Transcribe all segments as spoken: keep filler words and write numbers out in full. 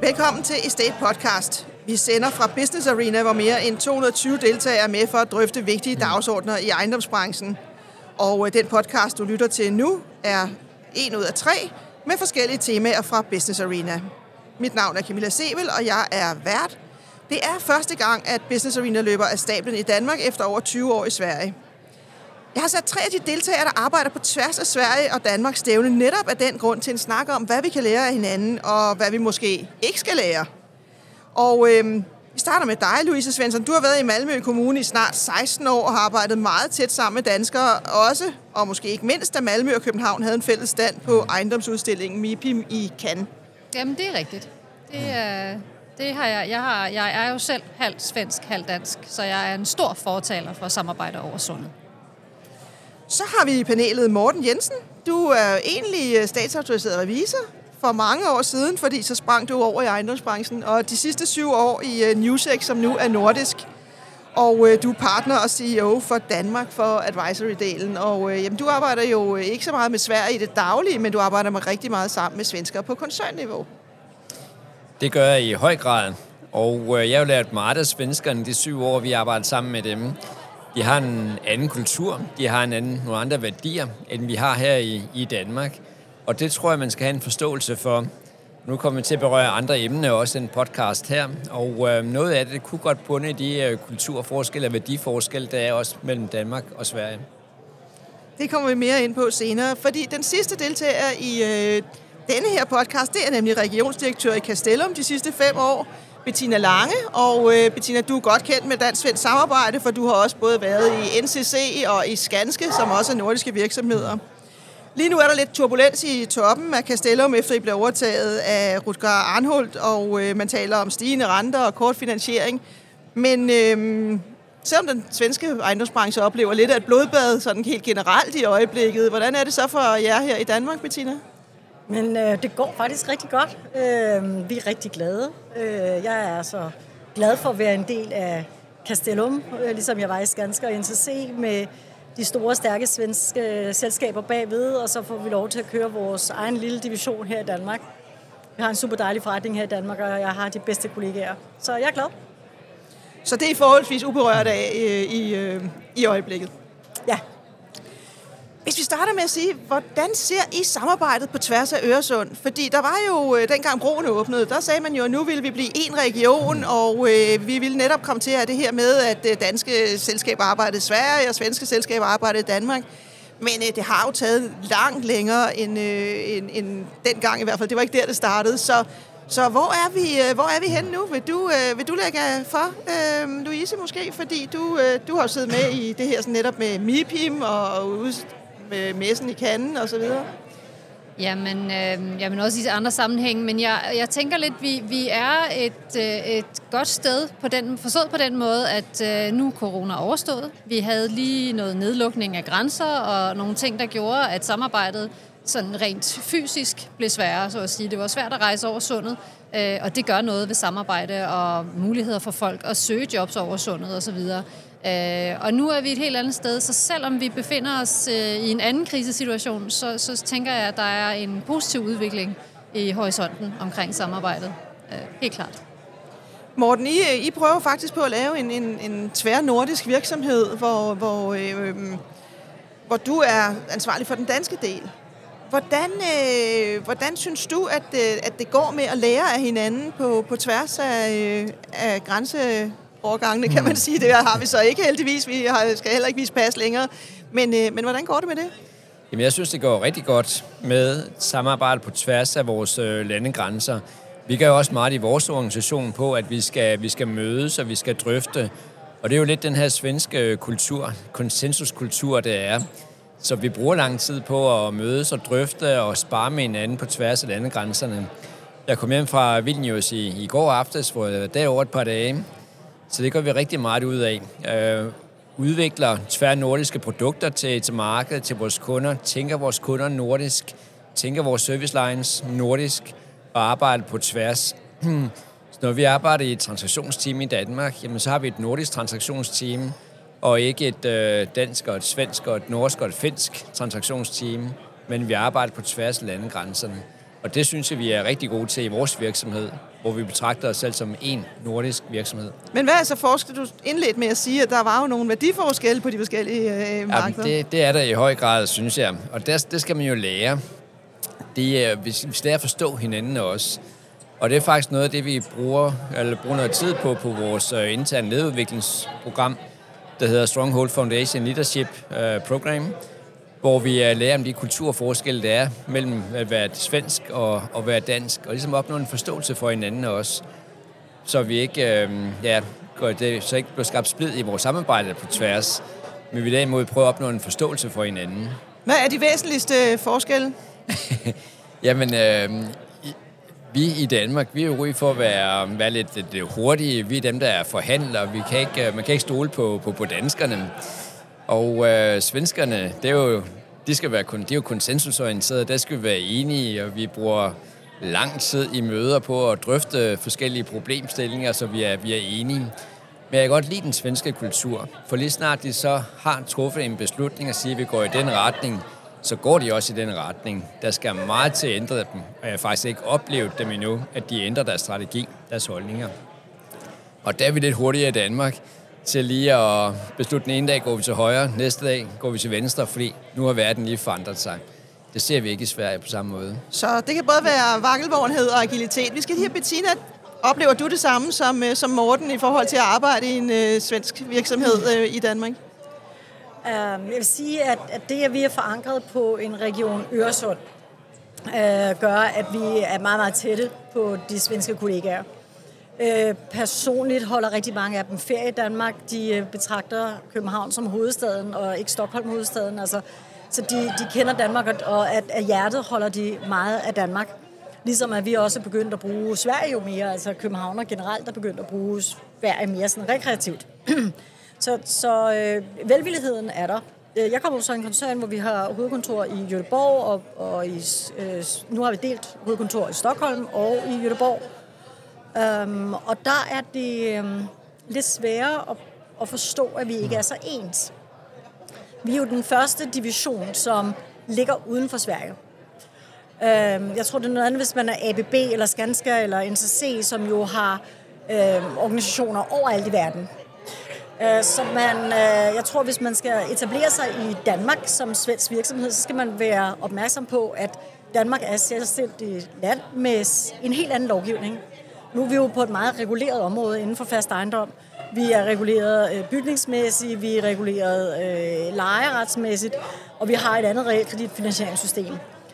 Velkommen til Estate Podcast. Vi sender fra Business Arena, hvor mere end to hundrede og tyve deltagere er med for at drøfte vigtige dagsordner i ejendomsbranchen. Og den podcast, du lytter til nu, er en ud af tre med forskellige temaer fra Business Arena. Mit navn er Camilla Sevel, og jeg er vært. Det er første gang, at Business Arena løber af stablen i Danmark efter over tyve år i Sverige. Jeg har sat tre af de deltagere, der arbejder på tværs af Sverige og Danmarks stævne, netop af den grund til en snak om, hvad vi kan lære af hinanden, og hvad vi måske ikke skal lære. Og øhm, vi starter med dig, Louise Svensson. Du har været i Malmø Kommune i snart seksten år og har arbejdet meget tæt sammen med danskere også, og måske ikke mindst, da Malmø og København havde en fælles stand på ejendomsudstillingen MIPIM i Cannes. Jamen, det er rigtigt. Det er... Det har jeg. Jeg, har, jeg er jo selv halvt svensk, halvt dansk, så jeg er en stor fortaler for samarbejde over sundet. Så har vi i panelet Morten Jensen. Du er egentlig statsautoriseret revisor for mange år siden, fordi så sprang du over i ejendomsbranchen, og de sidste syv år i Newsec, som nu er nordisk. Og du er partner og C E O for Danmark for advisory-delen. Og jamen, du arbejder jo ikke så meget med Sverige i det daglige, men du arbejder med rigtig meget sammen med svenskere på koncernniveau. Det gør jeg i høj grad, og jeg har lært meget af svenskerne de syv år, vi arbejder sammen med dem. De har en anden kultur, de har en anden, nogle andre værdier, end vi har her i, i Danmark. Og det tror jeg, man skal have en forståelse for. Nu kommer vi til at berøre andre emner, også en podcast her. Og øh, noget af det, det kunne godt bunde i de øh, kulturforskelle og værdiforskelle, der er også mellem Danmark og Sverige. Det kommer vi mere ind på senere, fordi den sidste deltager i øh, denne her podcast, det er nemlig regionsdirektør i Castellum de sidste fem år, Bettina Lange. Og øh, Bettina, du er godt kendt med dansk-svensk samarbejde, for du har også både været i N C C og i Skanske, som også er nordiske virksomheder. Lige nu er der lidt turbulens i toppen af Castellum, efter I blev overtaget af Rutger Arnholt, og øh, man taler om stigende renter og kort finansiering. Men øh, selvom den svenske ejendomsbranche oplever lidt af et blodbad, sådan helt generelt i øjeblikket, hvordan er det så for jer her i Danmark, Bettina? Men øh, det går faktisk rigtig godt. Øh, vi er rigtig glade. Øh, jeg er så glad for at være en del af Castellum, øh, ligesom jeg var i Skanske og N C C, med de store, stærke svenske selskaber bagved, og så får vi lov til at køre vores egen lille division her i Danmark. Vi har en super dejlig forretning her i Danmark, og jeg har de bedste kollegaer. Så jeg er glad. Så det er forholdsvis uberørt af øh, i, øh, i øjeblikket? Ja. Hvis vi starter med at sige, hvordan ser I samarbejdet på tværs af Øresund? Fordi der var jo, dengang broen åbnede, der sagde man jo, at nu ville vi blive en region, og øh, vi ville netop komme til at det her med, at danske selskaber arbejdede i Sverige, og svenske selskaber arbejdede i Danmark. Men øh, det har jo taget langt længere end, øh, end, end dengang i hvert fald. Det var ikke der, det startede. Så, så hvor, er vi, øh, hvor er vi henne nu? Vil du, øh, vil du lægge for, øh, Louise, måske? Fordi du, øh, du har jo siddet med i det her sådan netop med MIPIM og ud med messen i Cannes og så videre. Jamen, øh, jeg vil også sige andre sammenhænge, men jeg, jeg tænker lidt, vi, vi er et, øh, et godt sted, på den, forstået på den måde, at øh, nu er corona overstået. Vi havde lige noget nedlukning af grænser og nogle ting, der gjorde, at samarbejdet sådan rent fysisk blev sværere, så at sige. Det var svært at rejse over sundet, øh, og det gør noget ved samarbejde og muligheder for folk at søge jobs over sundet og så videre. Uh, og nu er vi et helt andet sted, så selvom vi befinder os uh, i en anden krisesituation, så, så tænker jeg, at der er en positiv udvikling i horisonten omkring samarbejdet. Uh, helt klart. Morten, I, I prøver faktisk på at lave en, en, en tværnordisk virksomhed, hvor, hvor, øh, hvor du er ansvarlig for den danske del. Hvordan, øh, hvordan synes du, at, at det går med at lære af hinanden på, på tværs af, af grænse? Overgangene, kan man sige. Det har vi så ikke heldigvis. Vi har, skal heller ikke vise pas længere. Men, øh, men hvordan går det med det? Jamen, jeg synes, det går rigtig godt med samarbejde på tværs af vores øh, landegrænser. Vi gør jo også meget i vores organisation på, at vi skal, vi skal mødes, og vi skal drøfte. Og det er jo lidt den her svenske kultur, konsensuskultur, det er. Så vi bruger lang tid på at mødes og drøfte og spare med hinanden på tværs af landegrænserne. Jeg kom hjem fra Vilnius i, i går aftes, hvor jeg var derovre et par dage. Så det gør vi rigtig meget ud af. Øh, udvikler tværnordiske produkter til, til markedet, til vores kunder, tænker vores kunder nordisk, tænker vores service lines nordisk og arbejder på tværs. Så når vi arbejder i et transaktionsteam i Danmark, jamen så har vi et nordisk transaktionsteam, og ikke et øh, dansk og et svensk og et norsk og et finsk transaktionsteam, men vi arbejder på tværs af landegrænserne. Og det synes jeg, vi er rigtig gode til i vores virksomhed, hvor vi betragter os selv som en nordisk virksomhed. Men hvad er så forskel? Du indledte med at sige, at der var jo nogle værdiforskelle på de forskellige øh, markeder. Ja, det, det er der i høj grad, synes jeg. Og der, det skal man jo lære. Det er, vi skal lære at forstå hinanden også. Og det er faktisk noget af det, vi bruger, eller bruger noget tid på på vores uh, interne lederudviklingsprogram, der hedder Stronghold Foundation Leadership uh, Program, hvor vi uh, lærer om de kulturforskelle, der er mellem at være svensk og at være dansk, og ligesom opnå en forståelse for hinanden også, så vi ikke, uh, ja, det, så ikke bliver skabt splid i vores samarbejde på tværs, men vi derimod prøver at opnå en forståelse for hinanden. Hvad er de væsentligste forskelle? Jamen, øh, vi i Danmark, vi er jo ry for at være, være lidt, lidt hurtige. Vi er dem, der er forhandlere. Vi kan ikke, man kan ikke stole på, på, på danskerne. Og øh, svenskerne, det er jo, de skal være, de er jo konsensusorienterede. Der skal vi være enige, og vi bruger lang tid i møder på at drøfte forskellige problemstillinger, så vi er, vi er enige. Men jeg kan godt lide den svenske kultur, for lige snart de så har truffet en beslutning og siger, at vi går i den retning, så går de også i den retning. Der skal meget til at ændre dem, og jeg har faktisk ikke oplevet dem endnu, at de ændrer deres strategi, deres holdninger. Og der er vi lidt hurtigere i Danmark til lige at beslutte, den ene dag går vi til højre, næste dag går vi til venstre, fordi nu har verden lige forandret sig. Det ser vi ikke i Sverige på samme måde. Så det kan både være vakkelvornhed og agilitet. Vi skal lige have Bettina. Oplever du det samme som, som Morten i forhold til at arbejde i en øh, svensk virksomhed øh, i Danmark? Jeg vil sige, at, at det, at vi er forankret på en region Øresund, øh, gør, at vi er meget, meget tætte på de svenske kollegaer. Øh, personligt holder rigtig mange af dem ferie i Danmark. De øh, betragter København som hovedstaden, og ikke Stockholm hovedstaden. Altså, så de, de kender Danmark, og at, af hjertet holder de meget af Danmark. Ligesom at vi også er begyndt at bruge Sverige jo mere. Altså Københavner generelt er begyndt at bruge Sverige mere sådan rekreativt. Så, så øh, velvilligheden er der. Jeg kommer fra en koncern, hvor vi har hovedkontor i Göteborg, og, og i, øh, nu har vi delt hovedkontor i Stockholm og i Göteborg. Um, og der er det øh, lidt sværere at, at forstå, at vi ikke er så ens. Vi er jo den første division, som ligger uden for Sverige. Uh, jeg tror, det er noget andet, hvis man er A B B eller Skanska eller N C C, som jo har øh, organisationer overalt i verden. Så man, jeg tror, hvis man skal etablere sig i Danmark som svensk virksomhed, så skal man være opmærksom på, at Danmark er et selvstændigt land med en helt anden lovgivning. Nu er vi jo på et meget reguleret område inden for fast ejendom. Vi er reguleret bygningsmæssigt, vi er reguleret øh, lejeretsmæssigt, og vi har et andet realkreditfinansieringssystem.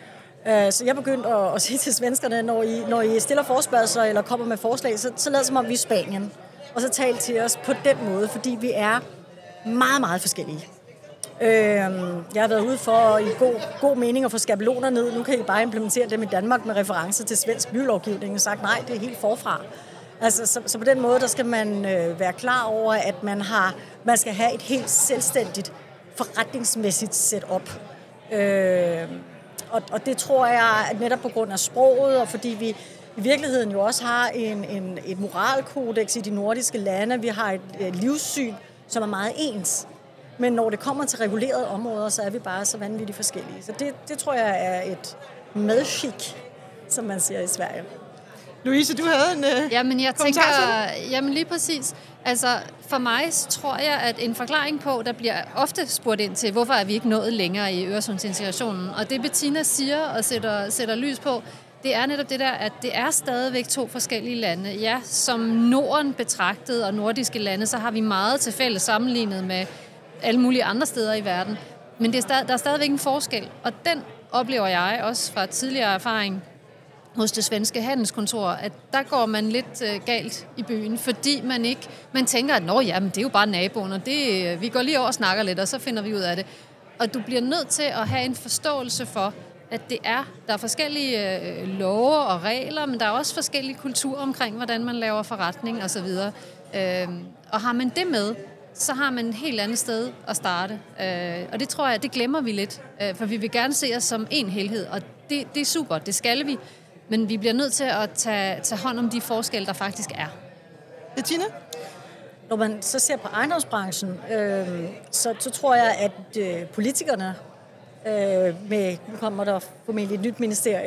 Så jeg begyndte at, at sige til svenskerne, når I, når I stiller forespørgsler eller kommer med forslag, så, så lad som om vi er Spanien. Og så tale til os på den måde, fordi vi er meget, meget forskellige. Øhm, jeg har været ude for i god, god mening at få skabeloner ned. Nu kan I bare implementere dem i Danmark med reference til svensk bylovgivning og sagt, nej, det er helt forfra. Altså, så, så på den måde, der skal man øh, være klar over, at man, har, man skal have et helt selvstændigt, forretningsmæssigt setup. Øh, og, og det tror jeg, at netop på grund af sproget, og fordi vi i virkeligheden jo også har en, en, et moralkodex i de nordiske lande. Vi har et, et livssyn, som er meget ens. Men når det kommer til regulerede områder, så er vi bare så vanvittigt forskellige. Så det, det tror jeg er et medskik, som man siger i Sverige. Louise, du havde en øh, jamen, jeg tænker, kommentar. Jamen lige præcis. Altså, for mig tror jeg, at en forklaring på, der bliver ofte spurgt ind til, hvorfor er vi ikke nået længere i Øresundsintegrationen. Og det Bettina siger og sætter, sætter lys på, det er netop det der, at det er stadigvæk to forskellige lande. Ja, som Norden betragtet og nordiske lande, så har vi meget til fælles sammenlignet med alle mulige andre steder i verden. Men det er stadig, der er stadigvæk en forskel, og den oplever jeg også fra tidligere erfaring hos det svenske handelskontor, at der går man lidt øh, galt i byen, fordi man ikke, man tænker, at nå ja, men det er jo bare naboen, og det, øh, vi går lige over og snakker lidt, og så finder vi ud af det. Og du bliver nødt til at have en forståelse for, at det er, der er forskellige øh, love og regler, men der er også forskellige kulturer omkring, hvordan man laver forretning og så videre. Øh, og har man det med, så har man et helt andet sted at starte. Øh, og det tror jeg, det glemmer vi lidt, øh, for vi vil gerne se os som en helhed, og det, det er super, det skal vi. Men vi bliver nødt til at tage, tage hånd om de forskelle, der faktisk er. Bettina? Når man så ser på ejendomsbranchen, øh, så, så tror jeg, at øh, politikerne, øh, med, nu kommer der formentlig et nyt ministerie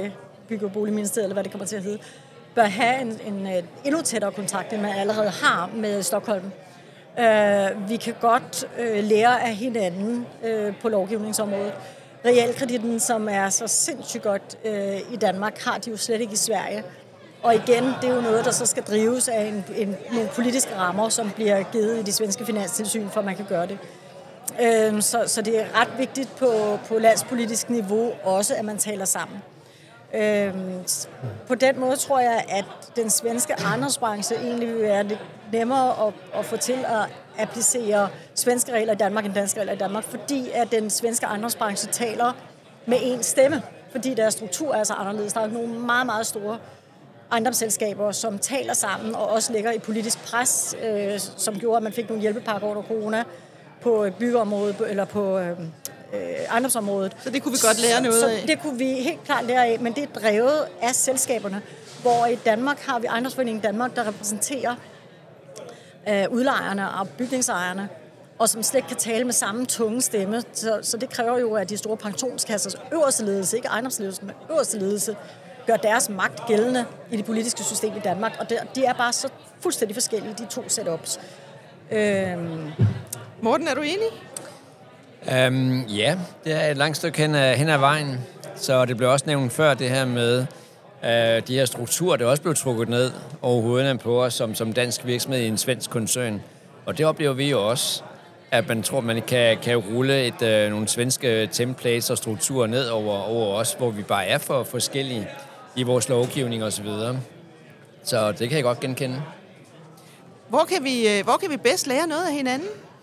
Bygge- og Boligministeriet, eller hvad det kommer til at hedde, bør have en, en, en endnu tættere kontakt, end man allerede har med Stockholm. Uh, vi kan godt uh, lære af hinanden uh, på lovgivningsområdet. Realkreditten, som er så sindssygt godt uh, i Danmark, har de jo slet ikke i Sverige. Og igen, det er jo noget, der så skal drives af en, en, nogle politiske rammer, som bliver givet i de svenske finanstilsyn, for at man kan gøre det. Uh, så, så det er ret vigtigt på, på landspolitisk niveau også, at man taler sammen. Øhm, på den måde tror jeg, at den svenske ejendomsbranche egentlig vil være lidt nemmere at, at få til at applicere svenske regler i Danmark end danske regler i Danmark, fordi at den svenske ejendomsbranche taler med én stemme, fordi deres struktur er så anderledes. Der er nogle meget, meget store ejendomsselskaber, som taler sammen og også ligger i politisk pres, øh, som gjorde, at man fik nogle hjælpepakker under corona på byggeområdet eller på øh, ejendomsområdet. Så det kunne vi godt lære noget så, af? Så det kunne vi helt klart lære af, men det er drevet af selskaberne, hvor i Danmark har vi Ejendomsforeningen Danmark, der repræsenterer øh, udlejerne og bygningsejerne, og som slet ikke kan tale med samme tunge stemme. Så, så det kræver jo, at de store pensionskassers øverste ledelse, ikke ejendomsledelsen, men øverste ledelse, gør deres magt gældende i det politiske system i Danmark, og der, de er bare så fuldstændig forskellige, de to setups. Øhm. Morten, er du enig? Um, ja, det er et langt stykke hen ad, hen ad vejen, så det blev også nævnt før det her med uh, de her strukturer, det også blev trukket ned over hovederne på os som, som dansk virksomhed i en svensk koncern. Og det oplever vi jo også, at man tror, man kan, kan rulle et, uh, nogle svenske templates og strukturer ned over, over os, hvor vi bare er for forskellige i vores lovgivning osv. Så, så det kan jeg godt genkende. Hvor kan vi, hvor kan vi bedst lære noget af hinanden?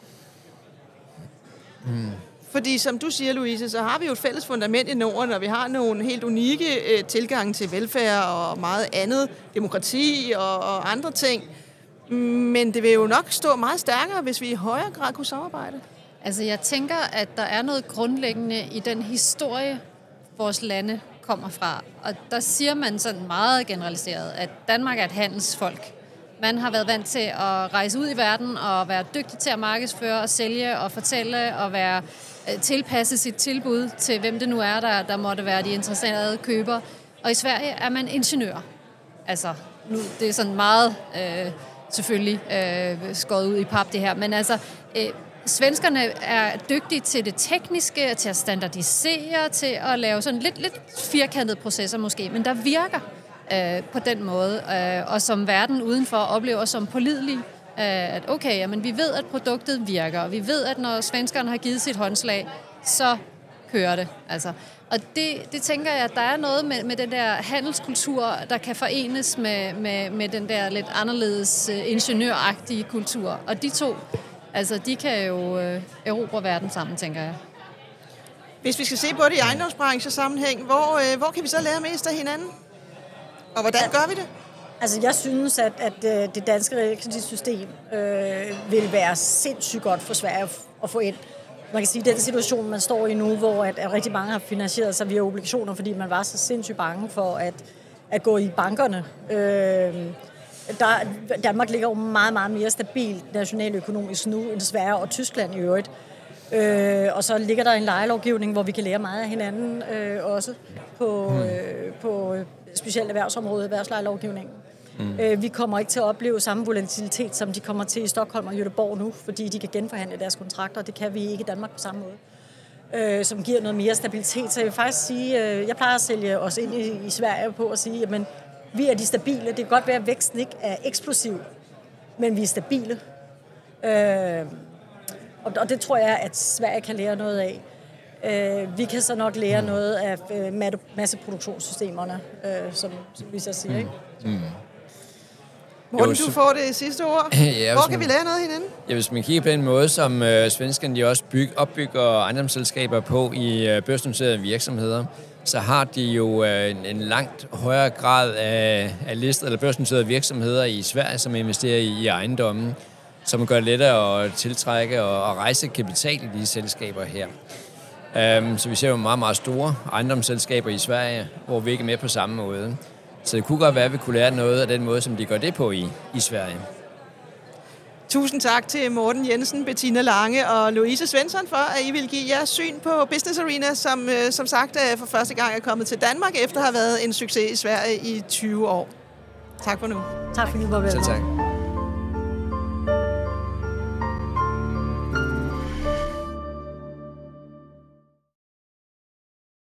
Hmm. Fordi som du siger, Louise, så har vi jo et fælles fundament i Norden, og vi har nogle helt unikke øh, tilgange til velfærd og meget andet, demokrati og, og andre ting. Men det vil jo nok stå meget stærkere, hvis vi i højere grad kunne samarbejde. Altså jeg tænker, at der er noget grundlæggende i den historie, vores lande kommer fra. Og der siger man sådan meget generaliseret, at Danmark er et handelsfolk. Man har været vant til at rejse ud i verden og være dygtig til at markedsføre og sælge og fortælle og være tilpasse sit tilbud til hvem det nu er, der, der måtte være de interesserede købere. Og i Sverige er man ingeniør. Altså, nu, det er sådan meget øh, selvfølgelig øh, skåret ud i pap det her, men altså, øh, svenskerne er dygtige til det tekniske, til at standardisere, til at lave sådan lidt, lidt firkantede processer måske, men der virker øh, på den måde, øh, og som verden udenfor oplever som pålidelig, at okay, jamen, vi ved, at produktet virker, og vi ved, at når svenskerne har givet sit håndslag, så kører det. Altså. Og det, det tænker jeg, at der er noget med, med den der handelskultur, der kan forenes med, med, med den der lidt anderledes uh, ingeniøragtige kultur. Og de to, altså, de kan jo uh, erobre verden sammen, tænker jeg. Hvis vi skal se på det i ejendomsbranchesammenhæng, hvor, øh, hvor kan vi så lære mest af hinanden? Og hvordan gør vi det? Altså, jeg synes, at, at det danske realkreditsystem øh, vil være sindssygt godt for Sverige at få ind. Man kan sige, at den situation, man står i nu, hvor at, at rigtig mange har finansieret sig via obligationer, fordi man var så sindssygt bange for at, at gå i bankerne. Øh, der, Danmark ligger jo meget, meget mere stabilt nationaløkonomisk nu end Sverige og Tyskland i øvrigt. Øh, og så ligger der en lejelovgivning, hvor vi kan lære meget af hinanden øh, også på, øh, på specielt erhvervsområdet, erhvervslejelovgivningen. Mm. Øh, vi kommer ikke til at opleve samme volatilitet, som de kommer til i Stockholm og Göteborg nu, fordi de kan genforhandle deres kontrakter, og det kan vi ikke i Danmark på samme måde, øh, som giver noget mere stabilitet. Så jeg vil faktisk sige, øh, jeg plejer at sælge os ind i, i Sverige på at sige, at vi er de stabile. Det kan godt være, at væksten ikke er eksplosiv, men vi er stabile. Øh, og, og det tror jeg, at Sverige kan lære noget af. Øh, vi kan så nok lære mm. noget af øh, masseproduktionssystemerne, øh, som, som vi så siger, ikke? Mm. Morten, du får det sidste ord. Ja, hvor kan vi lære noget hinanden? Ja, hvis man kigger på den måde, som øh, svenskerne de også byg, opbygger ejendomsselskaber på i øh, børsnoterede virksomheder, så har de jo øh, en, en langt højere grad af, af listet eller børsnoterede virksomheder i Sverige, som investerer i, i ejendommen, som gør det lettere at tiltrække og, og rejse kapital i de selskaber her. Um, så vi ser jo meget, meget store ejendomsselskaber i Sverige, hvor vi ikke er med på samme måde. Så det kunne godt være, at vi kunne lære noget af den måde, som de gør det på i, i Sverige. Tusind tak til Morten Jensen, Bettina Lange og Louise Svensson for, at I vil give jeres syn på Business Arena, som som sagt for første gang er kommet til Danmark, efter at have været en succes i Sverige i tyve år. Tak for nu. Tak fordi I var med. Selv tak.